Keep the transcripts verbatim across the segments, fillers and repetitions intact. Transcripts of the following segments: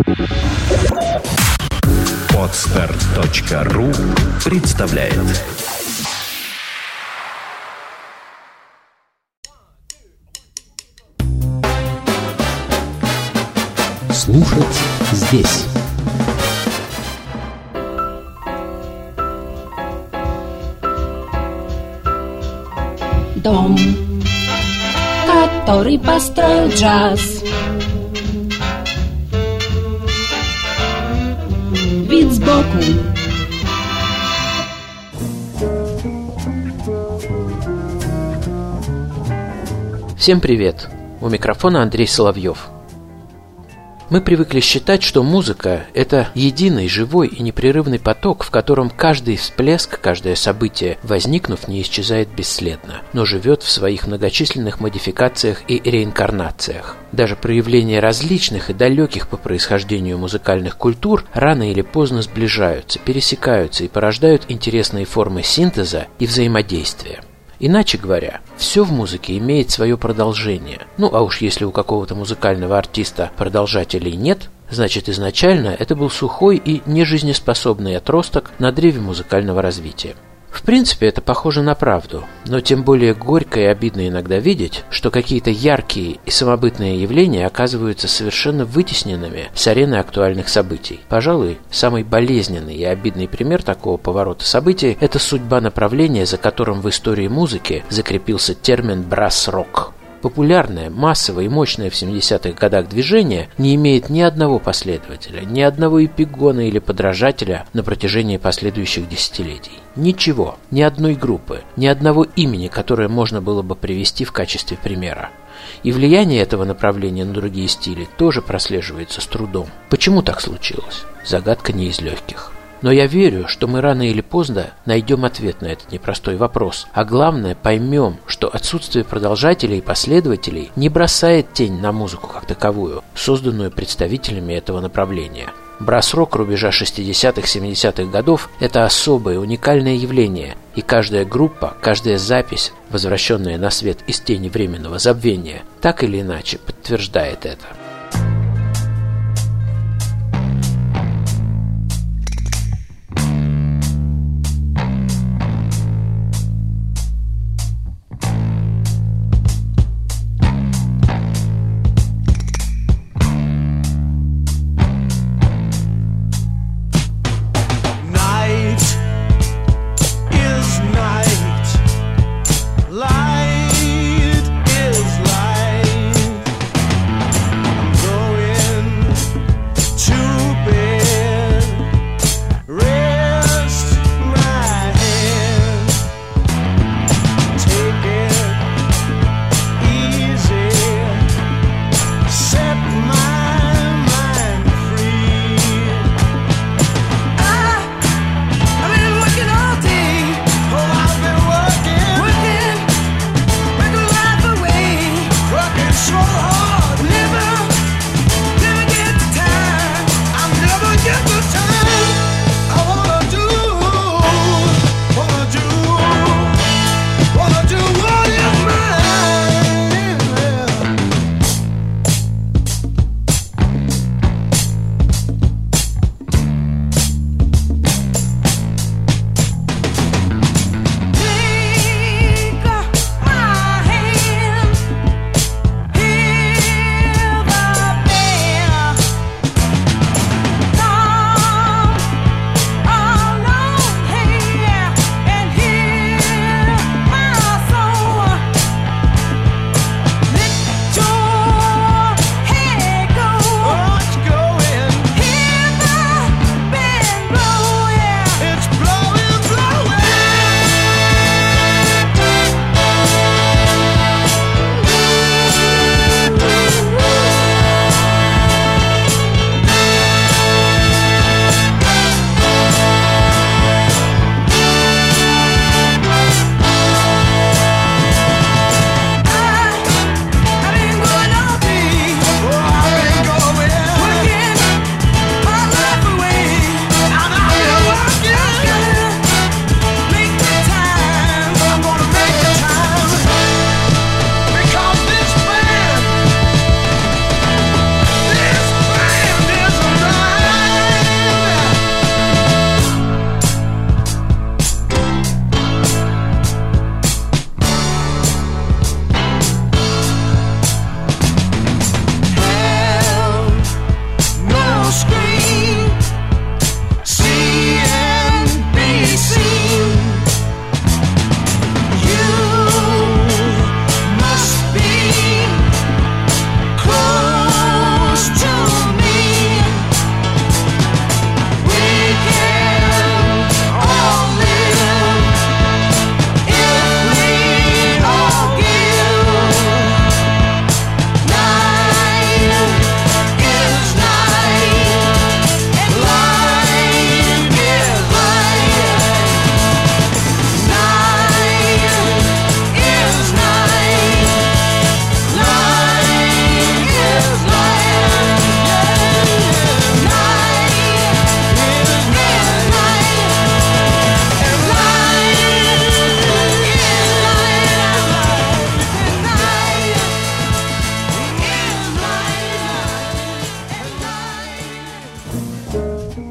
Подстер точка ру представляет. Слушать здесь. Дом, который построил джаз. Вид сбоку. Всем привет! У микрофона Андрей Соловьев. Мы привыкли считать, что музыка – это единый, живой и непрерывный поток, в котором каждый всплеск, каждое событие, возникнув, не исчезает бесследно, но живет в своих многочисленных модификациях и реинкарнациях. Даже проявления различных и далеких по происхождению музыкальных культур рано или поздно сближаются, пересекаются и порождают интересные формы синтеза и взаимодействия. Иначе говоря, все в музыке имеет свое продолжение. Ну а уж если у какого-то музыкального артиста продолжателей нет, значит изначально это был сухой и нежизнеспособный отросток на древе музыкального развития. В принципе, это похоже на правду, но тем более горько и обидно иногда видеть, что какие-то яркие и самобытные явления оказываются совершенно вытесненными с арены актуальных событий. Пожалуй, самый болезненный и обидный пример такого поворота событий – это судьба направления, за которым в истории музыки закрепился термин «брас-рок». Популярное, массовое и мощное в семидесятых годах движение не имеет ни одного последователя, ни одного эпигона или подражателя на протяжении последующих десятилетий. Ничего, ни одной группы, ни одного имени, которое можно было бы привести в качестве примера. И влияние этого направления на другие стили тоже прослеживается с трудом. Почему так случилось? Загадка не из легких. Но я верю, что мы рано или поздно найдем ответ на этот непростой вопрос. А главное, поймем, что отсутствие продолжателей и последователей не бросает тень на музыку как таковую, созданную представителями этого направления. Брас-рок рубежа шестидесятых-семидесятых годов – это особое, уникальное явление, и каждая группа, каждая запись, возвращенная на свет из тени временного забвения, так или иначе подтверждает это.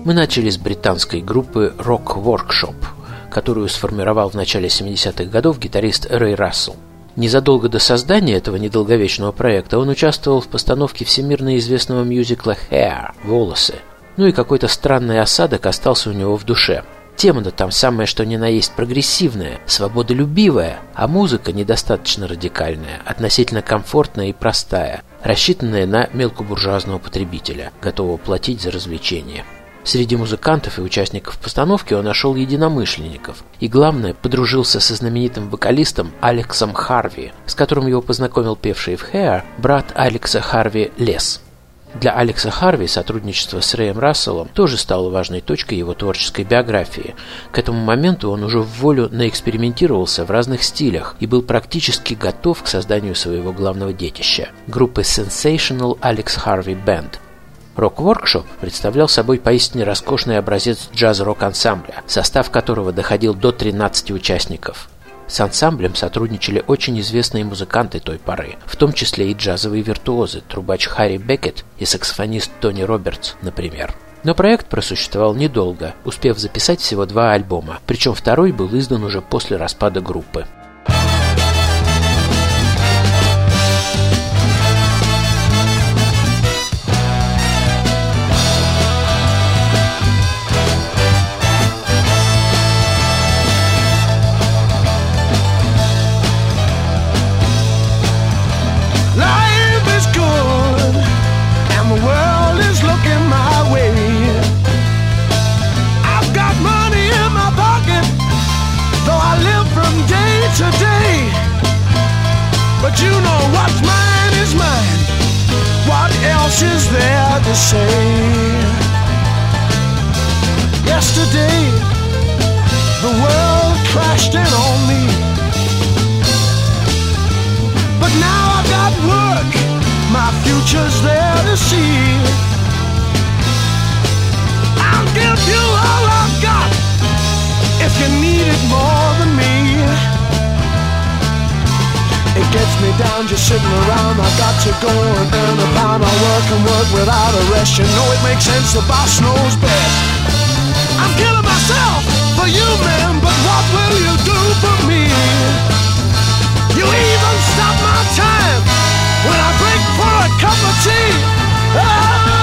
Мы начали с британской группы Rock Workshop, которую сформировал в начале семидесятых годов гитарист Рэй Рассел. Незадолго до создания этого недолговечного проекта он участвовал в постановке всемирно известного мюзикла Hair – «Волосы». Ну и какой-то странный осадок остался у него в душе. Тема-то там самое что ни на есть прогрессивная, свободолюбивая, а музыка недостаточно радикальная, относительно комфортная и простая, рассчитанная на мелкобуржуазного потребителя, готового платить за развлечения. Среди музыкантов и участников постановки он нашел единомышленников и, главное, подружился со знаменитым вокалистом Алексом Харви, с которым его познакомил певший в Hair брат Алекса Харви Лес. Для Алекса Харви сотрудничество с Рэем Расселом тоже стало важной точкой его творческой биографии. К этому моменту он уже в волю наэкспериментировался в разных стилях и был практически готов к созданию своего главного детища – группы Sensational Alex Harvey Band. Rock Workshop представлял собой поистине роскошный образец джаз-рок-ансамбля, состав которого доходил до тринадцати участников. С ансамблем сотрудничали очень известные музыканты той поры, в том числе и джазовые виртуозы, трубач Харри Беккет и саксофонист Тони Робертс, например. Но проект просуществовал недолго, успев записать всего два альбома, причем второй был издан уже после распада группы. Today, but you know what's mine is mine. What else is there to say? Yesterday, the world crashed in on me, but now I've got work, my future's there to see. I'll give you all I've got if you need it more than me. It gets me down just sitting around. I got to go and earn a pound. I work and work without a rest. You know it makes sense, the boss knows best. I'm killing myself for you, man, but what will you do for me? You even stop my time when I break for a cup of tea. Oh, oh, oh,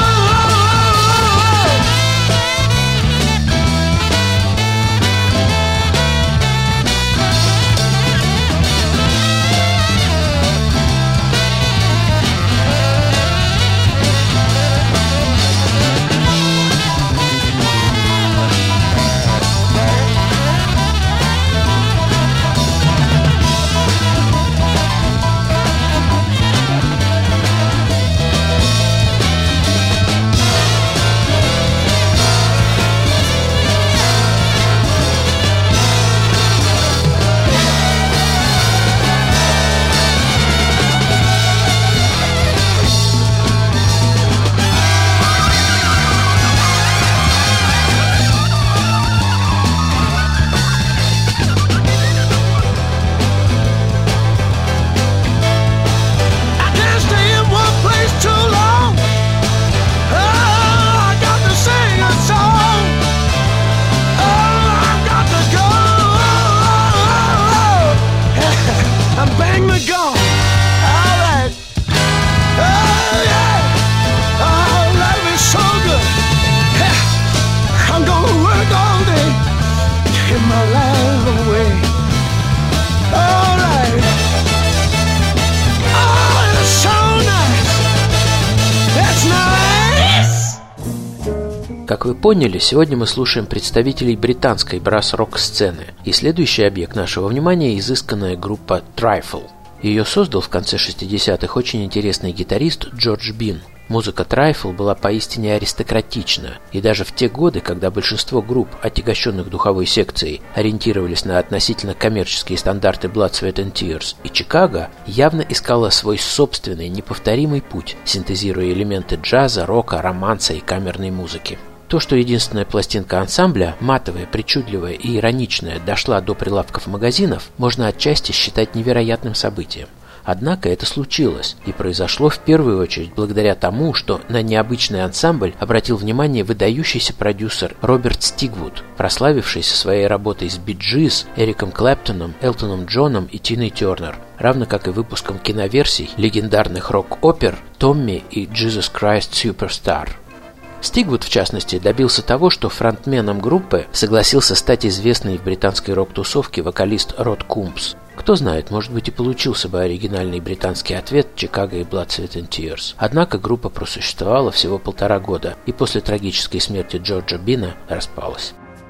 Как вы поняли, сегодня мы слушаем представителей британской брас-рок сцены, и следующий объект нашего внимания – изысканная группа Trifle. Ее создал в конце шестидесятых очень интересный гитарист Джордж Бин. Музыка Trifle была поистине аристократична, и даже в те годы, когда большинство групп, отягощенных духовой секцией, ориентировались на относительно коммерческие стандарты Blood, Sweat and Tears и Чикаго, явно искала свой собственный неповторимый путь, синтезируя элементы джаза, рока, романса и камерной музыки. То, что единственная пластинка ансамбля, матовая, причудливая и ироничная, дошла до прилавков магазинов, можно отчасти считать невероятным событием. Однако это случилось, и произошло в первую очередь благодаря тому, что на необычный ансамбль обратил внимание выдающийся продюсер Роберт Стигвуд, прославившийся своей работой с Би Джиз, Эриком Клэптоном, Элтоном Джоном и Тиной Тернер, равно как и выпуском киноверсий легендарных рок-опер «Томми» и «Jesus Christ Superstar». Стигвуд, в частности, добился того, что фронтменом группы согласился стать известный в британской рок-тусовке вокалист Род Кумпс. Кто знает, может быть и получился бы оригинальный британский ответ «Chicago» и «Blood, Sweat and Tears». Однако группа просуществовала всего полтора года и после трагической смерти Джорджа Бина распалась.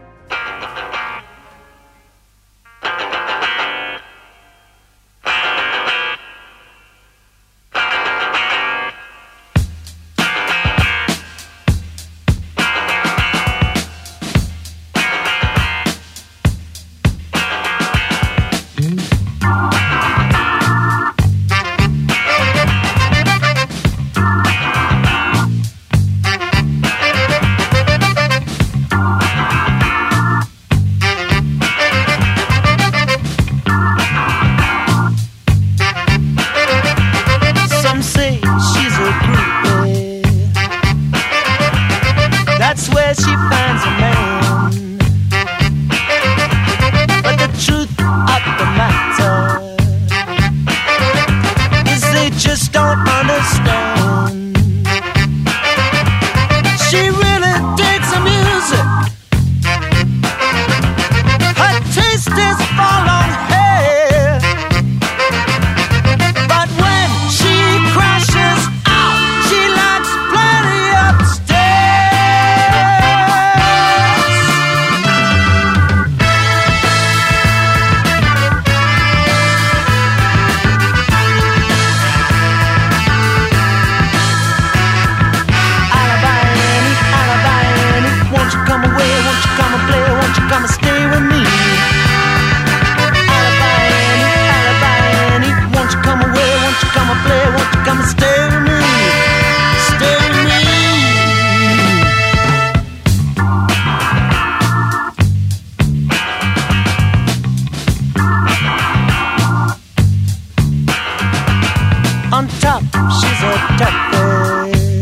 On top, she's a toughie.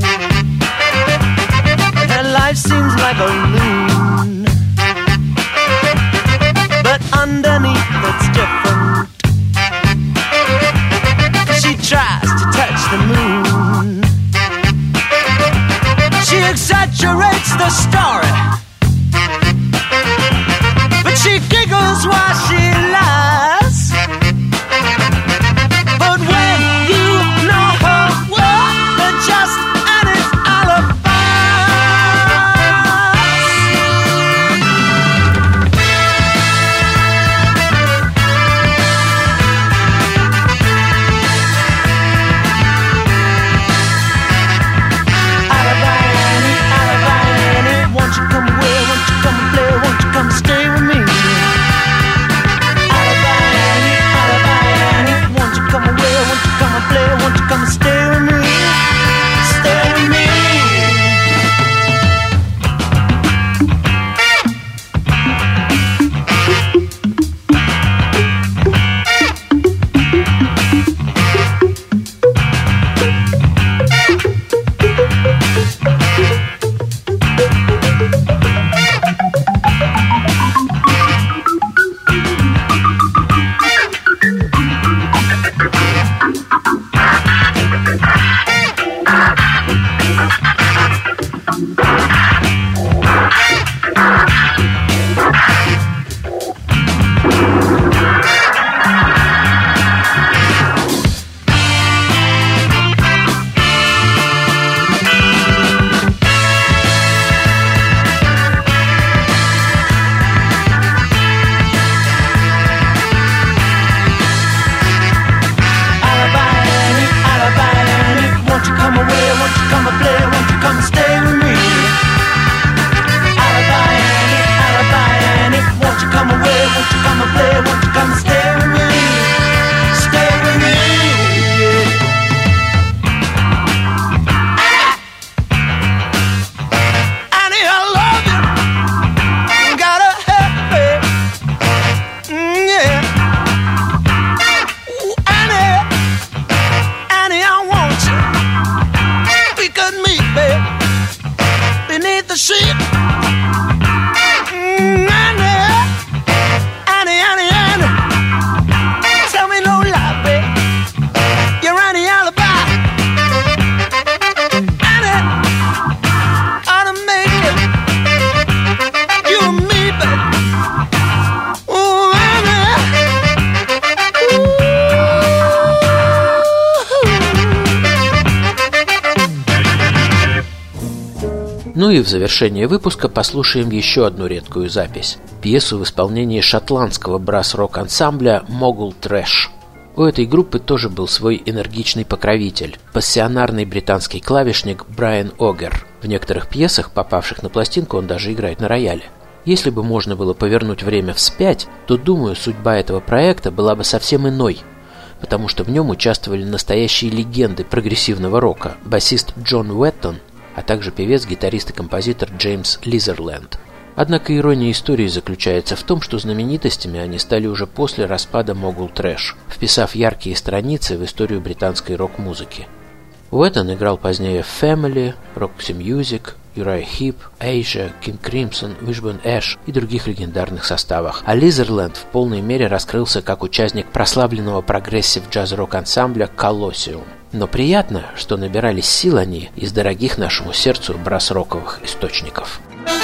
Her life seems like a loon, but underneath it's different. She tries to touch the moon. She exaggerates the story, but she giggles while she lies. But when you know her well, they're just honest alibis. Alibi Annie, alibi Annie, won't you come away, won't you come and play, won't you come and stay with me? Alibi the sheep. Mm, Annie, Annie, Annie, Annie, tell me no lie, babe. You're Annie Alibi. Annie, ought to make it you and me, babe. Ooh, Annie. Ну и в завершение выпуска послушаем еще одну редкую запись. Пьесу в исполнении шотландского брас-рок-ансамбля Mogul Trash. У этой группы тоже был свой энергичный покровитель, пассионарный британский клавишник Брайан Огер. В некоторых пьесах, попавших на пластинку, он даже играет на рояле. Если бы можно было повернуть время вспять, то, думаю, судьба этого проекта была бы совсем иной, потому что в нем участвовали настоящие легенды прогрессивного рока, басист Джон Уэттон, а также певец, гитарист и композитор Джеймс Лизерленд. Однако ирония истории заключается в том, что знаменитостями они стали уже после распада Mogul Trash, вписав яркие страницы в историю британской рок-музыки. Уэттон играл позднее в Family, Roxy Music, Uriah Heep, Asia, King Crimson, Wishbone Ash и других легендарных составах, а Лизерленд в полной мере раскрылся как участник прославленного прогрессив-джаз-рок ансамбля Colosseum. Но приятно, что набирались сил они из дорогих нашему сердцу брас-роковых источников.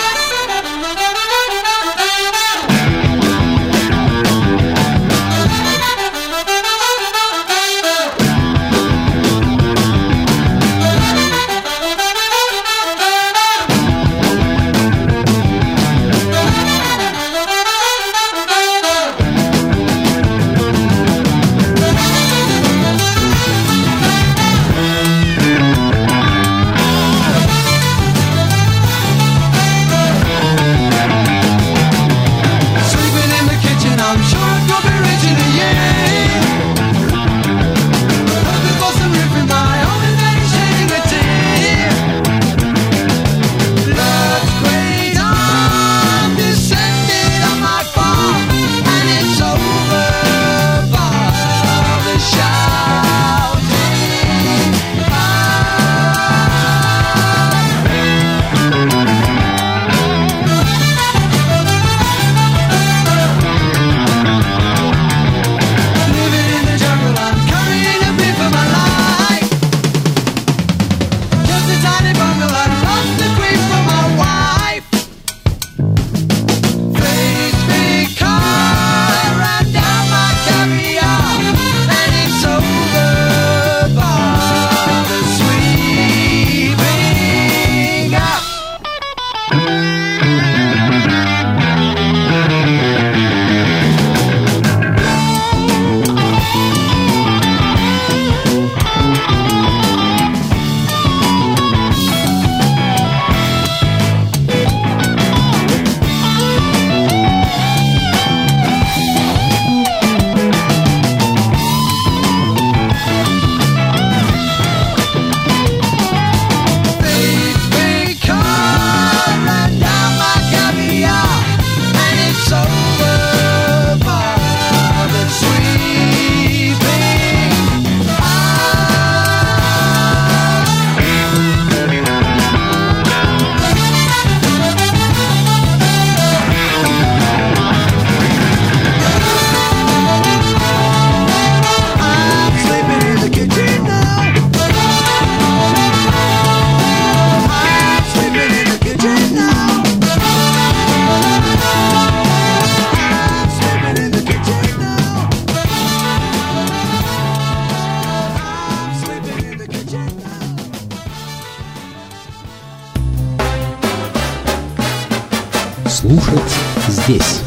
Слушать здесь.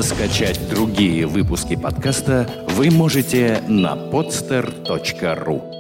Скачать другие выпуски подкаста вы можете на podster точка ру.